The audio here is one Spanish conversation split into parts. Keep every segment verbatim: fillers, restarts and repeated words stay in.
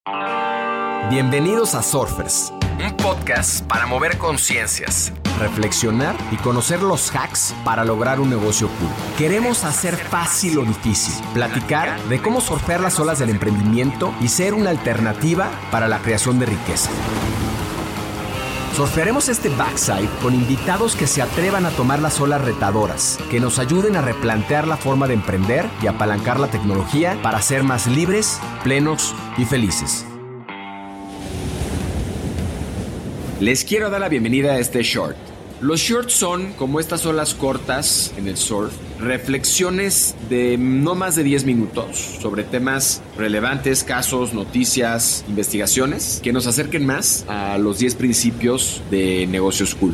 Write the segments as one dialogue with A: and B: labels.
A: Bienvenidos a Surfers, un podcast para mover conciencias, reflexionar y conocer los hacks para lograr un negocio cool. Queremos hacer fácil lo difícil, platicar de cómo surfear las olas del emprendimiento y ser una alternativa para la creación de riqueza. Surfearemos este backside con invitados que se atrevan a tomar las olas retadoras, que nos ayuden a replantear la forma de emprender y apalancar la tecnología para ser más libres, plenos y felices. Les quiero dar la bienvenida a este short. Los shorts son, como estas olas cortas en el surf, reflexiones de no más de diez minutos sobre temas relevantes, casos, noticias, investigaciones que nos acerquen más a los diez principios de negocios cool.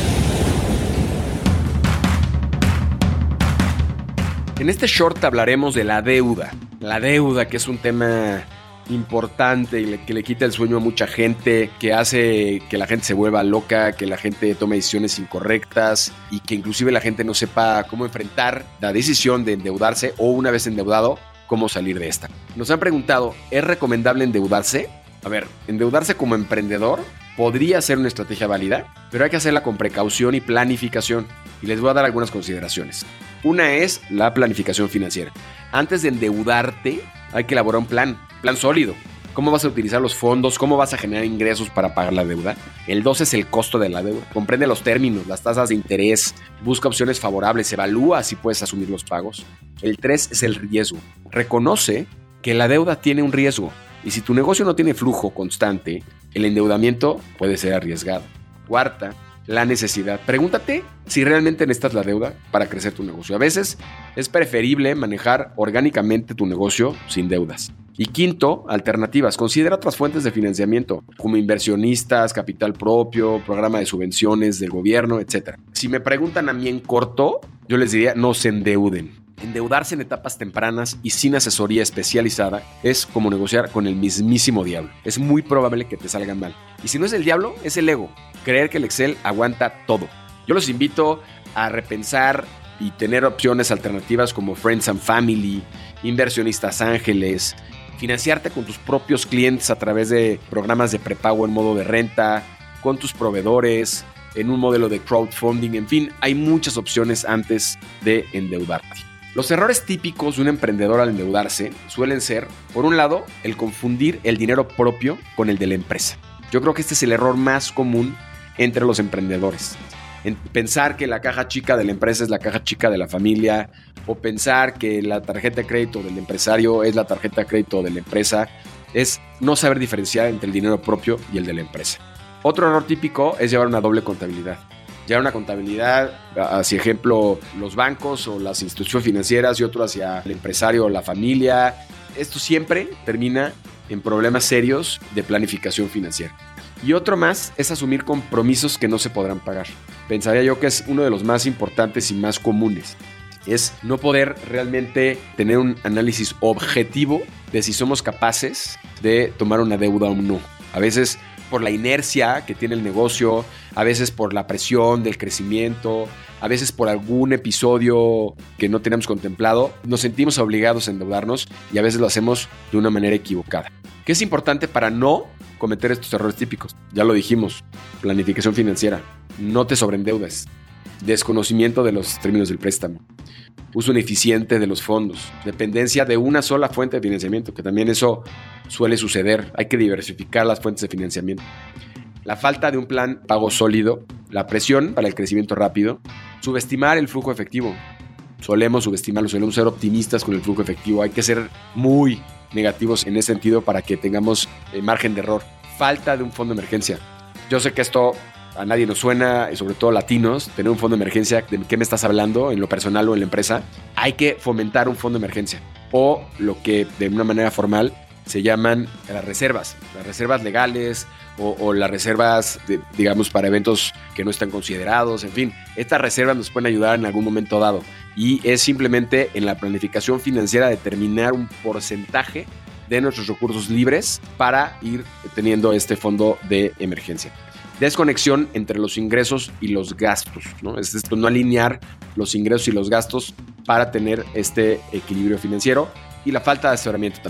A: En este short hablaremos de la deuda. La deuda, que es un tema importante y que le quita el sueño a mucha gente, que hace que la gente se vuelva loca, que la gente tome decisiones incorrectas y que inclusive la gente no sepa cómo enfrentar la decisión de endeudarse o, una vez endeudado, cómo salir de esta. Nos han preguntado, ¿es recomendable endeudarse? A ver, endeudarse como emprendedor podría ser una estrategia válida, pero hay que hacerla con precaución y planificación. Y les voy a dar algunas consideraciones. Una es la planificación financiera. Antes de endeudarte, hay que elaborar un plan, plan sólido. ¿Cómo vas a utilizar los fondos? ¿Cómo vas a generar ingresos para pagar la deuda? El dos es el costo de la deuda. Comprende los términos, las tasas de interés, busca opciones favorables, evalúa si puedes asumir los pagos. El tres es el riesgo. Reconoce que la deuda tiene un riesgo. Y si tu negocio no tiene flujo constante, el endeudamiento puede ser arriesgado. Cuarta, la necesidad. Pregúntate si realmente necesitas la deuda para crecer tu negocio. A veces es preferible manejar orgánicamente tu negocio sin deudas. Y quinto, alternativas. Considera otras fuentes de financiamiento, como inversionistas, capital propio, programa de subvenciones del gobierno, etcétera. Si me preguntan a mí en corto, yo les diría no se endeuden. Endeudarse en etapas tempranas y sin asesoría especializada es como negociar con el mismísimo diablo. Es muy probable que te salga mal. Y si no es el diablo, es el ego. Creer que el Excel aguanta todo. Yo los invito a repensar y tener opciones alternativas como Friends and Family, inversionistas ángeles, financiarte con tus propios clientes a través de programas de prepago en modo de renta, con tus proveedores, en un modelo de crowdfunding. En fin, hay muchas opciones antes de endeudarte. Los errores típicos de un emprendedor al endeudarse suelen ser, por un lado, el confundir el dinero propio con el de la empresa. Yo creo que este es el error más común entre los emprendedores. En pensar que la caja chica de la empresa es la caja chica de la familia, o pensar que la tarjeta de crédito del empresario es la tarjeta de crédito de la empresa, es no saber diferenciar entre el dinero propio y el de la empresa. Otro error típico es llevar una doble contabilidad. Llevar una contabilidad hacia, ejemplo, los bancos o las instituciones financieras y otro hacia el empresario o la familia. Esto siempre termina en problemas serios de planificación financiera. Y otro más es asumir compromisos que no se podrán pagar. Pensaría yo que es uno de los más importantes y más comunes. Es no poder realmente tener un análisis objetivo de si somos capaces de tomar una deuda o no. A veces por la inercia que tiene el negocio, a veces por la presión del crecimiento, a veces por algún episodio que no tenemos contemplado, nos sentimos obligados a endeudarnos y a veces lo hacemos de una manera equivocada. ¿Qué es importante para no cometer estos errores típicos? Ya lo dijimos, planificación financiera, no te sobreendeudes, desconocimiento de los términos del préstamo, uso ineficiente de los fondos, dependencia de una sola fuente de financiamiento, que también eso suele suceder. Hay que diversificar las fuentes de financiamiento. La falta de un plan pago sólido, la presión para el crecimiento rápido, subestimar el flujo efectivo. Solemos subestimarlo, solemos ser optimistas con el flujo efectivo. Hay que ser muy negativos en ese sentido para que tengamos eh, margen de error. Falta de un fondo de emergencia. Yo sé que esto a nadie nos suena, y sobre todo latinos, tener un fondo de emergencia. ¿De qué me estás hablando? ¿En lo personal o en la empresa? Hay que fomentar un fondo de emergencia. O lo que de una manera formal se llaman las reservas. Las reservas legales o, o las reservas, de, digamos, para eventos que no están considerados. En fin, estas reservas nos pueden ayudar en algún momento dado. Y es simplemente en la planificación financiera determinar un porcentaje de nuestros recursos libres para ir teniendo este fondo de emergencia. Desconexión entre los ingresos y los gastos, ¿no? Es esto, no alinear los ingresos y los gastos para tener este equilibrio financiero, y la falta de asesoramiento también.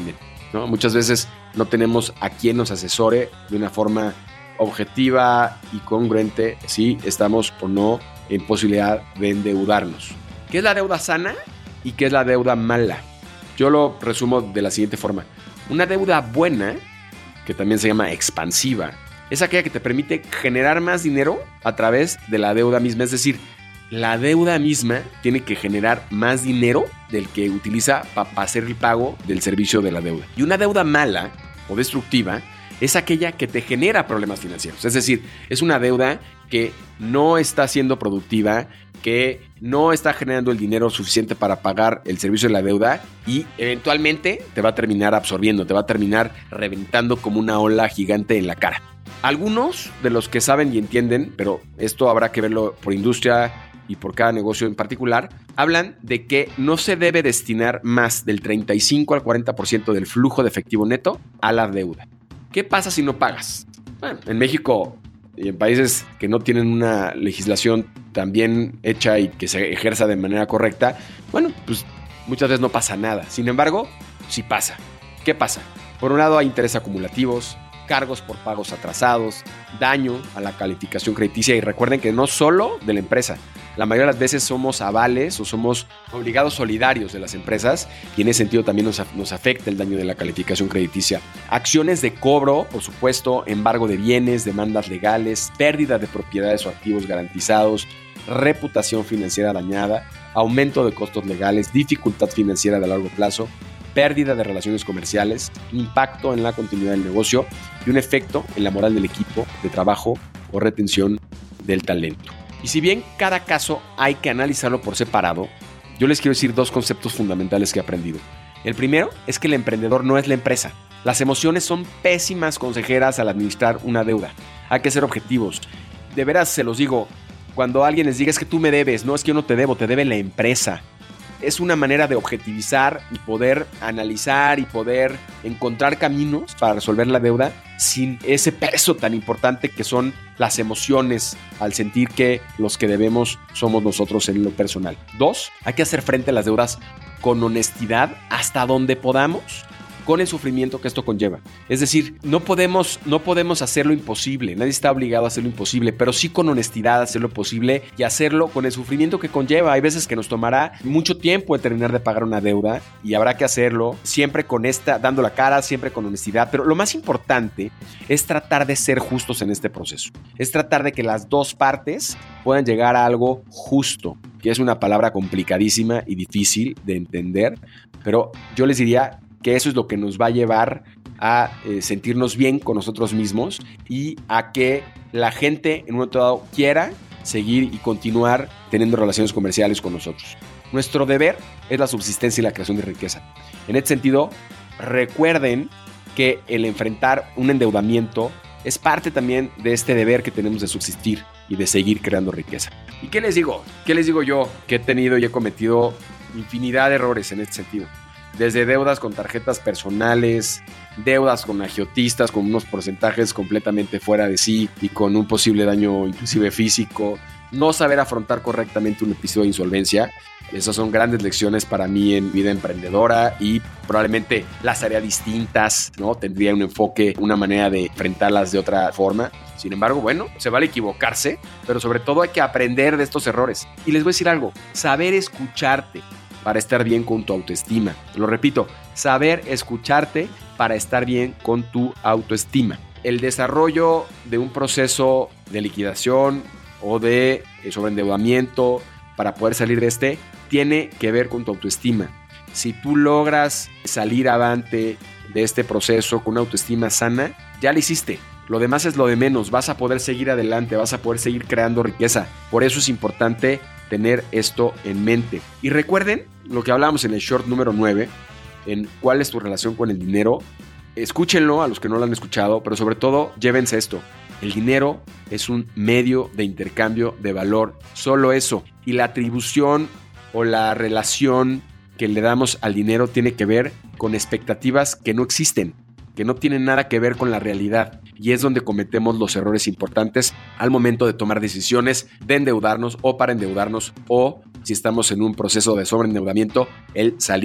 A: ¿no? Muchas veces no tenemos a quien nos asesore de una forma objetiva y congruente si estamos o no en posibilidad de endeudarnos. ¿Qué es la deuda sana y qué es la deuda mala? Yo lo resumo de la siguiente forma. Una deuda buena, que también se llama expansiva, es aquella que te permite generar más dinero a través de la deuda misma. Es decir, la deuda misma tiene que generar más dinero del que utiliza para pa hacer el pago del servicio de la deuda. Y una deuda mala o destructiva es aquella que te genera problemas financieros. Es decir, es una deuda que no está siendo productiva, que no está generando el dinero suficiente para pagar el servicio de la deuda y eventualmente te va a terminar absorbiendo, te va a terminar reventando como una ola gigante en la cara. Algunos de los que saben y entienden, pero esto habrá que verlo por industria y por cada negocio en particular, hablan de que no se debe destinar más del treinta y cinco al cuarenta por ciento del flujo de efectivo neto a la deuda. ¿Qué pasa si no pagas? Bueno, en México y en países que no tienen una legislación tan bien hecha y que se ejerza de manera correcta, bueno, pues muchas veces no pasa nada. Sin embargo, sí pasa. ¿Qué pasa? Por un lado hay intereses acumulativos, cargos por pagos atrasados, daño a la calificación crediticia y recuerden que no solo de la empresa, la mayoría de las veces somos avales o somos obligados solidarios de las empresas y en ese sentido también nos, nos afecta el daño de la calificación crediticia. Acciones de cobro, por supuesto, embargo de bienes, demandas legales, pérdida de propiedades o activos garantizados, reputación financiera dañada, aumento de costos legales, dificultad financiera de largo plazo, pérdida de relaciones comerciales, impacto en la continuidad del negocio y un efecto en la moral del equipo de trabajo o retención del talento. Y si bien cada caso hay que analizarlo por separado, yo les quiero decir dos conceptos fundamentales que he aprendido. El primero es que el emprendedor no es la empresa. Las emociones son pésimas consejeras al administrar una deuda. Hay que ser objetivos. De veras se los digo, cuando alguien les diga es que tú me debes, no es que yo no te debo, te debe la empresa. Es una manera de objetivizar y poder analizar y poder encontrar caminos para resolver la deuda sin ese peso tan importante que son las emociones al sentir que los que debemos somos nosotros en lo personal. Dos, hay que hacer frente a las deudas con honestidad hasta donde podamos, con el sufrimiento que esto conlleva. Es decir, no podemos, no podemos hacer lo imposible, nadie está obligado a hacer lo imposible, pero sí con honestidad hacer lo posible y hacerlo con el sufrimiento que conlleva. Hay veces que nos tomará mucho tiempo de terminar de pagar una deuda y habrá que hacerlo siempre con esta, dando la cara, siempre con honestidad, pero lo más importante es tratar de ser justos en este proceso. Es tratar de que las dos partes puedan llegar a algo justo, que es una palabra complicadísima y difícil de entender, pero yo les diría que eso es lo que nos va a llevar a eh, sentirnos bien con nosotros mismos y a que la gente en un momento dado quiera seguir y continuar teniendo relaciones comerciales con nosotros. Nuestro deber es la subsistencia y la creación de riqueza. En este sentido, recuerden que el enfrentar un endeudamiento es parte también de este deber que tenemos de subsistir y de seguir creando riqueza. ¿Y qué les digo? ¿Qué les digo yo? Que he tenido y he cometido infinidad de errores en este sentido. Desde deudas con tarjetas personales, deudas con agiotistas con unos porcentajes completamente fuera de sí y con un posible daño inclusive físico, no saber afrontar correctamente un episodio de insolvencia. Esas son grandes lecciones para mí en vida emprendedora y probablemente las haría distintas, ¿no? Tendría un enfoque, una manera de enfrentarlas de otra forma. Sin embargo, bueno, se vale equivocarse, pero sobre todo hay que aprender de estos errores. Y les voy a decir algo, saber escucharte para estar bien con tu autoestima. Lo repito, saber escucharte para estar bien con tu autoestima. El desarrollo de un proceso de liquidación o de sobreendeudamiento para poder salir de este tiene que ver con tu autoestima. Si tú logras salir avante de este proceso con una autoestima sana, ya lo hiciste. Lo demás es lo de menos. Vas a poder seguir adelante, vas a poder seguir creando riqueza. Por eso es importante tener esto en mente. Y recuerden lo que hablábamos en el short número nueve, en cuál es tu relación con el dinero. Escúchenlo a los que no lo han escuchado, pero sobre todo llévense esto. El dinero es un medio de intercambio de valor, solo eso. Y la atribución o la relación que le damos al dinero tiene que ver con expectativas que no existen, que no tienen nada que ver con la realidad. Y es donde cometemos los errores importantes al momento de tomar decisiones de endeudarnos o para endeudarnos o, si estamos en un proceso de sobreendeudamiento, el salir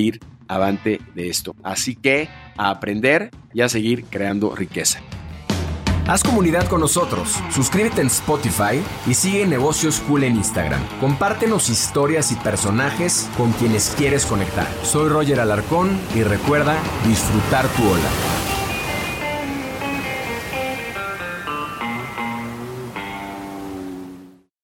A: avante de esto. Así que a aprender y a seguir creando riqueza.
B: Haz comunidad con nosotros, suscríbete en Spotify y sigue Negocios Cool en Instagram. Compártenos historias y personajes con quienes quieres conectar. Soy Roger Alarcón y recuerda disfrutar tu ola.